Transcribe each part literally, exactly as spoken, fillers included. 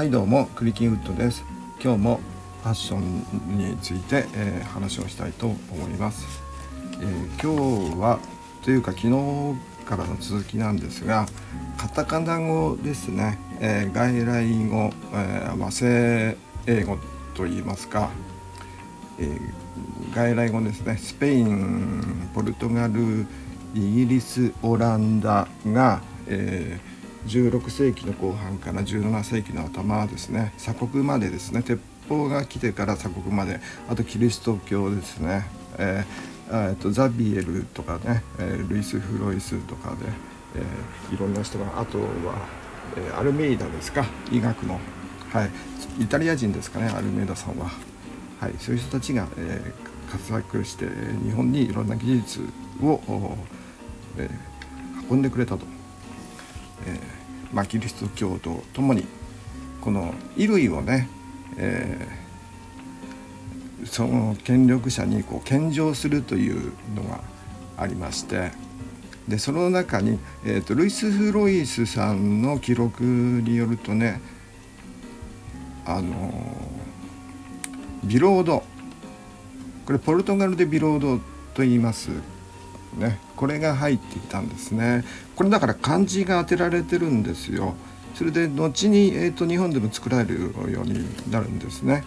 はいどうもクリキンウッドです。今日もファッションについて、えー、話をしたいと思います。えー、今日はというか昨日からの続きなんですが、カタカナ語ですね、えー、外来語、えー、和製英語といいますか、えー、外来語ですね。スペイン、ポルトガル、イギリス、オランダが、えーじゅうろくせいきの後半からじゅうななせいきの頭ですね、鎖国までですね、鉄砲が来てから鎖国まで、あとキリスト教ですね、えー、えーとザビエルとかね、えー、ルイス・フロイスとかで、えー、いろんな人が、あとは、えー、アルメイダですか、医学の、はい、イタリア人ですかね、アルメイダさんは、はい、そういう人たちが、えー、活躍して日本にいろんな技術を、えー、運んでくれたと。えーまあ、キリスト教とともにこの衣類をね、えー、その権力者にこう献上するというのがありまして、でその中に、えーと、ルイス・フロイスさんの記録によるとね、あのー、ビロード、これポルトガルでビロードと言いますね、これが入ってきたんですね。これだから漢字が当てられてるんですよ。それで後に、えーと、日本でも作られるようになるんですね。はい、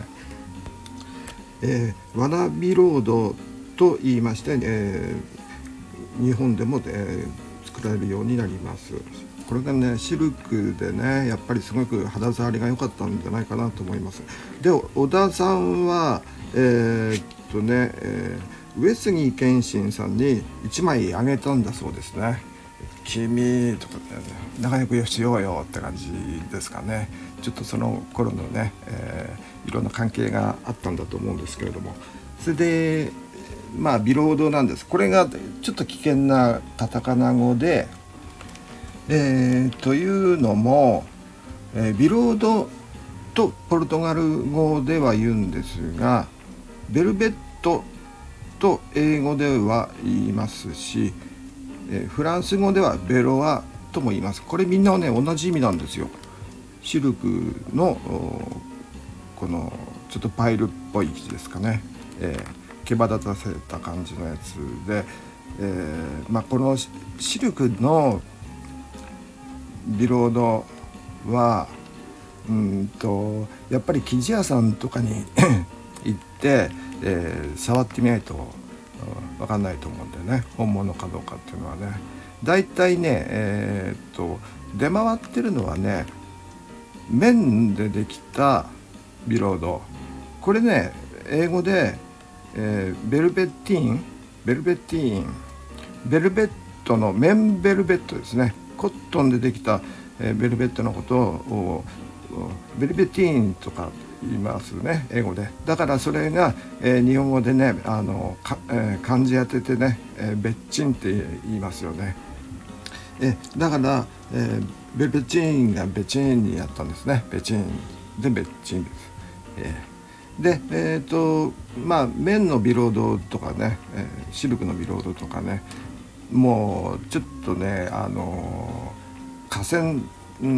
えー、ワナビロードと言いまして、えー、日本でも、えー、作られるようになります。これがねシルクでね、やっぱりすごく肌触りが良かったんじゃないかなと思います。で小田さんはえー、っとね、えー上杉謙信さんにいちまいあげたんだそうですね。君とかね、仲良くしようよって感じですかね。ちょっとその頃のね、えー、いろんな関係があったんだと思うんですけれども、それでまあビロードなんです。これがちょっと危険なカタカナ語で、えー、というのも、えー、ビロードとポルトガル語では言うんですが、ベルベットと英語では言いますし、えフランス語ではベロアとも言います。これみんなね同じ意味なんですよ。シルクのこのちょっとパイルっぽい生地ですかね、えー、毛羽立たせた感じのやつで、えーまあ、このシルクのビロードはうんとやっぱり生地屋さんとかに行って、えー、触ってみないと分かんないと思うんだよね、本物かどうかっていうのはね。だいたいね、えー、っと出回ってるのはね、綿でできたビロード、これね英語で、えー、ベルベッティーンベルベッティーンベルベットの綿ベルベットですね、コットンでできた、えー、ベルベットのことをベルベティーンとか言いますね、英語で。だからそれが、えー、日本語でね、あのか、えー、漢字当ててね、えー、ベッチンって言いますよね。えー、だから、えー、ベルベチンがベチンにやったんですね。ベチンでベッチンです。えー、で、えっ、ー、とまあ綿のビロードとかね、えー、シルクのビロードとかね、もうちょっとね、あのー、河川うん、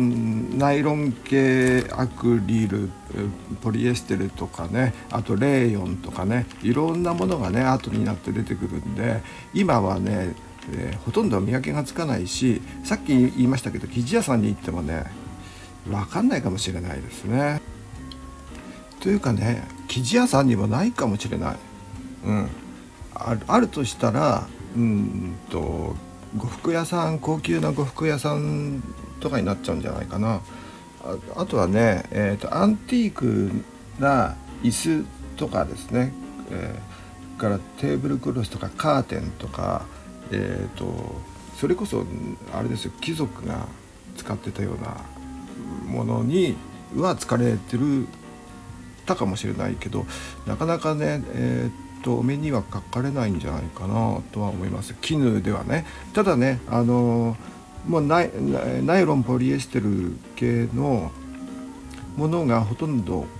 ナイロン系アクリル、ポリエステルとかね、あとレーヨンとかね、いろんなものがね後になって出てくるんで、今はね、えー、ほとんど見分けがつかないし、さっき言いましたけど生地屋さんに行ってもね分かんないかもしれないですね。というかね、生地屋さんにもないかもしれない、うん、ある、あるとしたらうんと呉服屋さん、高級な呉服屋さんとかになっちゃうんじゃないかな。 あ, あとはね、えーと、アンティークな椅子とかですね、えー、からテーブルクロスとかカーテンとか、えーと、それこそあれですよ、貴族が使ってたようなものには使われてるたかもしれないけど、なかなかね、えーとお目にはかかれないんじゃないかなとは思います。絹ではね。ただね、あのもうナイ、ナイロンポリエステル系のものがほとんど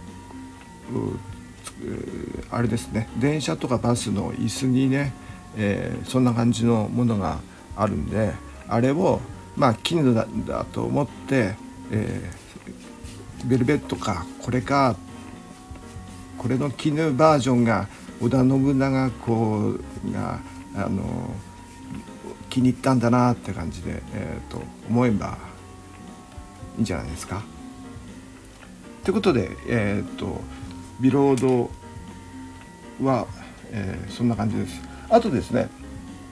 あれですね、電車とかバスの椅子にね、えー、そんな感じのものがあるんで、あれをまあ絹だ、だと思って、えベルベットかこれか、これの絹バージョンが織田信長公があの気に入ったんだなって感じで、えー、と思えばいいんじゃないですか。ということで、えー、とビロードは、えー、そんな感じです。あとですね、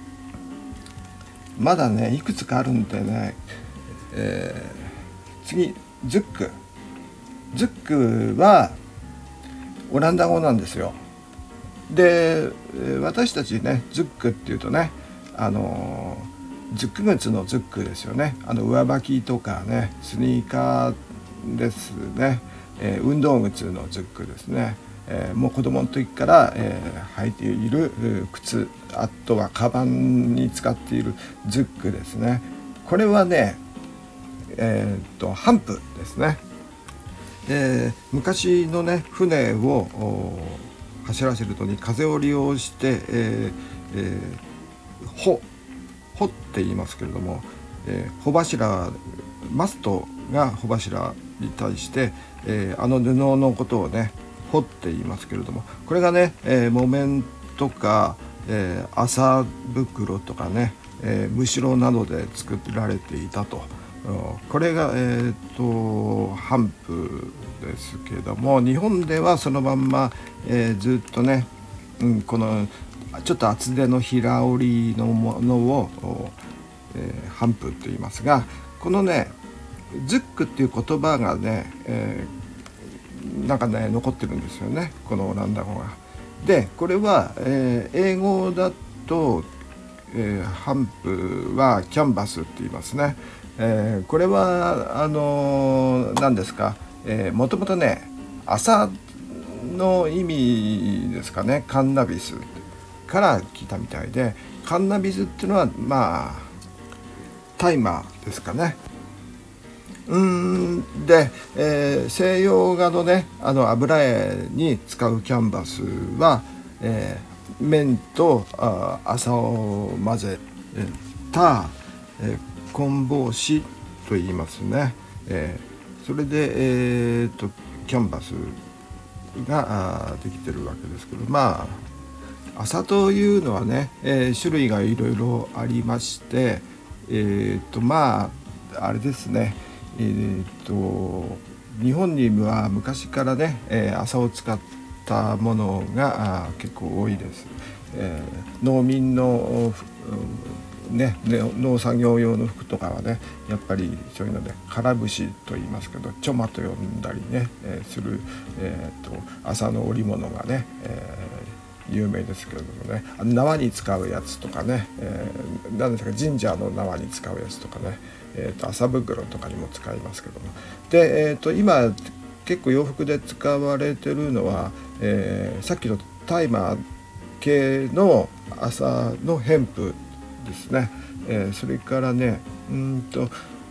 まだねいくつかあるんでね、えー、次ズックズックはオランダ語なんですよ。で私たちねズックっていうとね、あのズック靴のズックですよね。あの上履きとかねスニーカーですね、えー、運動靴のズックですね。えー、もう子供の時から、えー、履いている靴、あとはカバンに使っているズックですね。これはね、えー、っとハンプですね。えー、昔のね船を走らせるのに風を利用して、えーえー、帆帆って言いますけれども、えー、帆柱マストが帆柱に対して、えー、あの布のことをね帆って言いますけれども、これがね、えー、木綿とか、えー、麻袋とかね、えー、むしろなどで作られていたと。これが、えー、とハンプですけども、日本ではそのまんま、えー、ずっとね、うん、このちょっと厚手の平織りのものを、えー、ハンプと言いますが、このねズックっていう言葉がね、えー、なんかね残ってるんですよね、このオランダ語が。でこれは、えー、英語だと、えー、ハンプはキャンバスって言いますね。えー、これはあのー、何ですか、えー、もともとね麻の意味ですかね、カンナビスから来たみたいで、カンナビスっていうのはまあタイマーですかね。うーんで、えー、西洋画のねあの油絵に使うキャンバスは、えー、綿とあ麻を混ぜた、えー棍棒紙と言いますね。えー、それで、えー、とキャンバスができてるわけですけど、まあ麻というのはね、えー、種類がいろいろありまして、えー、とまああれですね、えー、と日本には昔からね、えー、麻を使ったものが結構多いです。えー、農民のね、農作業用の服とかはねやっぱりそういうのでから節と言いますけどチョマと呼んだりね、えー、する、えー、と麻の織物がね、えー、有名ですけれどもね、縄に使うやつとかね、えー、何ですか神社の縄に使うやつとかね、えー、と麻袋とかにも使いますけども、で、えー、と今結構洋服で使われてるのは、えー、さっきのタイマー系の麻のヘンプですね。えー、それからねうんと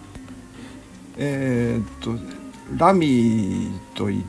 えー、とラミといって、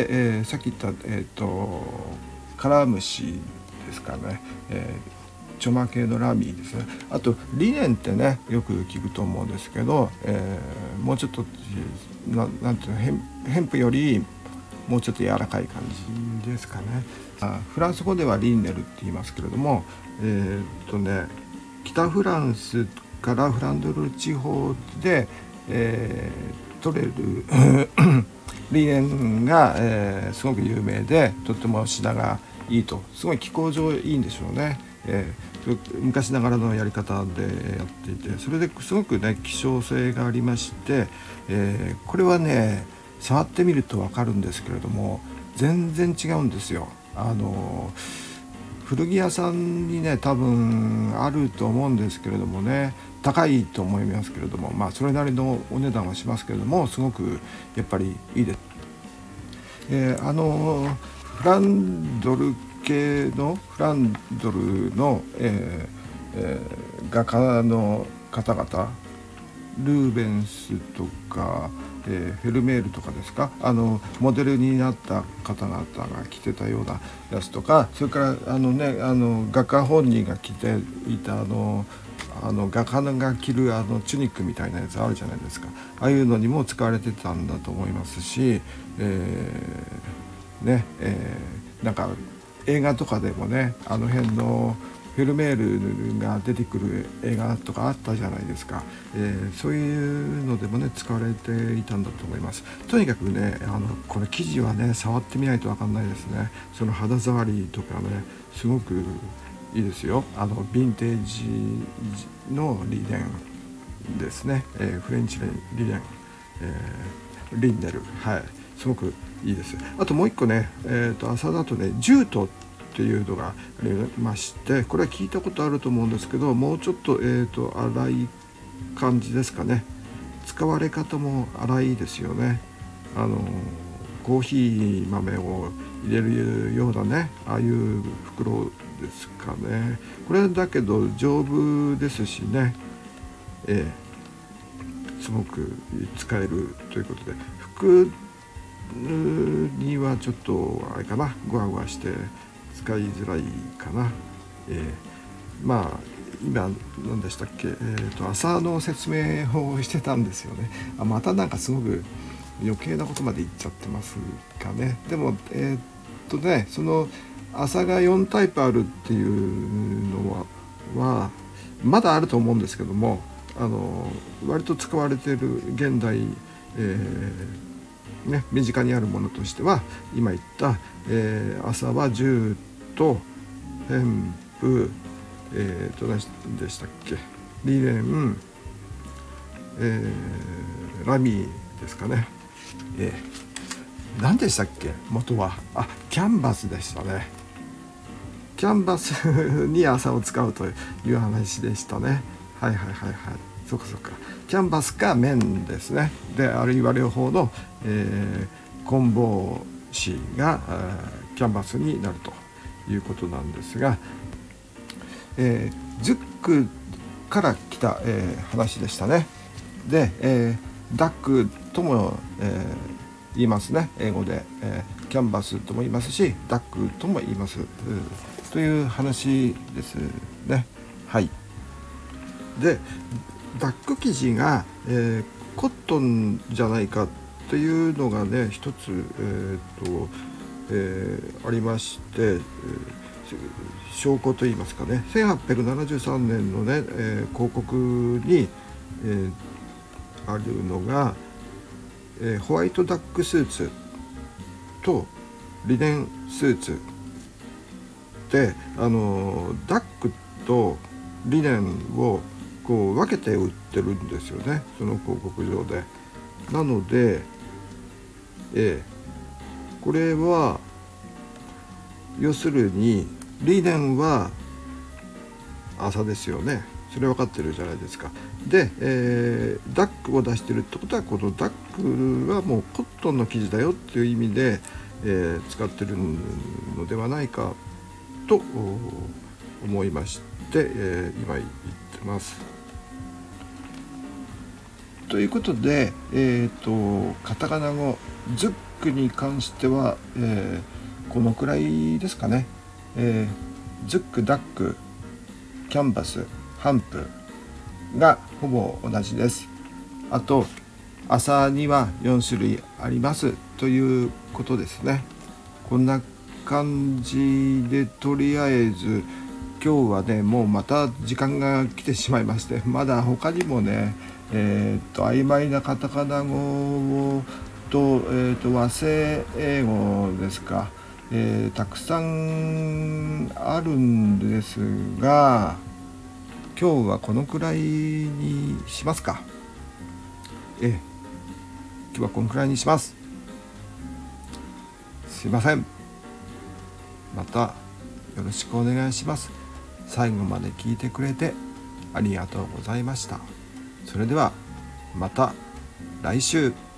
えー、さっき言った、えー、とカラムシですかね、えー、チョマ系のラミですね。あとリネンってねよく聞くと思うんですけど、えー、もうちょっと な, なんていうのヘンヘンプよりもうちょっと柔らかい感じですかね。あフランス語ではリンネルって言いますけれども、えー、っとね北フランスからフランドル地方で、えー、取れるリネンが、えー、すごく有名でとっても品がいいと、すごい気候上いいんでしょうね。えー、昔ながらのやり方でやっていて、それですごくね希少性がありまして、えー、これはね触ってみると分かるんですけれども全然違うんですよ。あの古着屋さんにね多分あると思うんですけれどもね、高いと思いますけれども、まあそれなりのお値段はしますけれどもすごくやっぱりいいです。えー、あのフランドル系のフランドルの、えーえー、画家の方々、ルーベンスとか、えー、フェルメールとかですか、あのモデルになった方々が着てたようなやつとか、それからあのねあの画家本人が着ていたあのあの画家が着るあのチュニックみたいなやつあるじゃないですか。ああいうのにも使われてたんだと思いますし、えー、ねえー、なんか映画とかでもね、あの辺のフェルメールが出てくる映画とかあったじゃないですか。えー、そういうのでもね使われていたんだと思います。とにかくね、あのこれ生地はね触ってみないと分かんないですね。その肌触りとかねすごくいいですよ。あのヴィンテージのリネンですね、えー、フレンチリネン、えー、リンネル、はい、すごくいいです。あともう一個ね、えー、と朝だとねジュートっていうのがありまして、これは聞いたことあると思うんですけど、もうちょっと、えー、と粗い感じですかね。使われ方も粗いですよね。あのコーヒー豆を入れるようなね、ああいう袋ですかね。これだけど丈夫ですしね、えー、すごく使えるということで、服にはちょっとあれかな、ゴワゴワして使いづらいかな。えー、まあ今何でしたっけ、えー、と朝の説明をしてたんですよね。あ、またなんかすごく余計なことまで言っちゃってますかね。でもえー、っとねその朝がよんタイプあるっていうのははまだあると思うんですけども、あの割と使われている現代、えーね、身近にあるものとしては今言った、えー、朝はジューとヘンプ、えー、と何でしたっけ、リネン、えー、ラミですかね。えー、何でしたっけ元は、あ、キャンバスでしたね。キャンバスに朝を使うという話でしたね。はいはいはいはい、そうかそうか、キャンバスか綿ですね。であるいは両方の、えー、混紡紙がキャンバスになるということなんですが、えー、ズックから来た、えー、話でしたね。で、えー、ダックとも、えー、言いますね、英語で、えー、キャンバスとも言いますしダックとも言います、という話ですね。はい。でダック生地が、えー、コットンじゃないかというのがね一つ、えーとえー、ありまして、えー、証拠といいますかね、せんはっぴゃくななじゅうさんねんのね、えー、広告に、えー、あるのが、えー、ホワイトダックスーツとリネンスーツで、あのダックとリネンをこう分けて売ってるんですよね、その広告上で。なので、えー、これは要するにリネンは麻ですよね。それ分かってるじゃないですか。で、えー、ダックを出してるってことは、このダックはもうコットンの生地だよっていう意味で、えー、使ってるのではないかと思いまして、えー、今言ってます。ということで、えーと、カタカナ語ズックに関しては、えー、このくらいですかね。えー、ズック、ダック、キャンバス、ハンプがほぼ同じです。あと麻にはよん種類ありますということですね。こんな感じで、とりあえず今日はねもうまた時間が来てしまいまして、まだ他にもねえー、と曖昧なカタカナ語と、えー、と和製英語ですか、えー、たくさんあるんですが、今日はこのくらいにしますか。えー、今日はこのくらいにします。すいません。またよろしくお願いします。最後まで聞いてくれてありがとうございました。それではまた来週。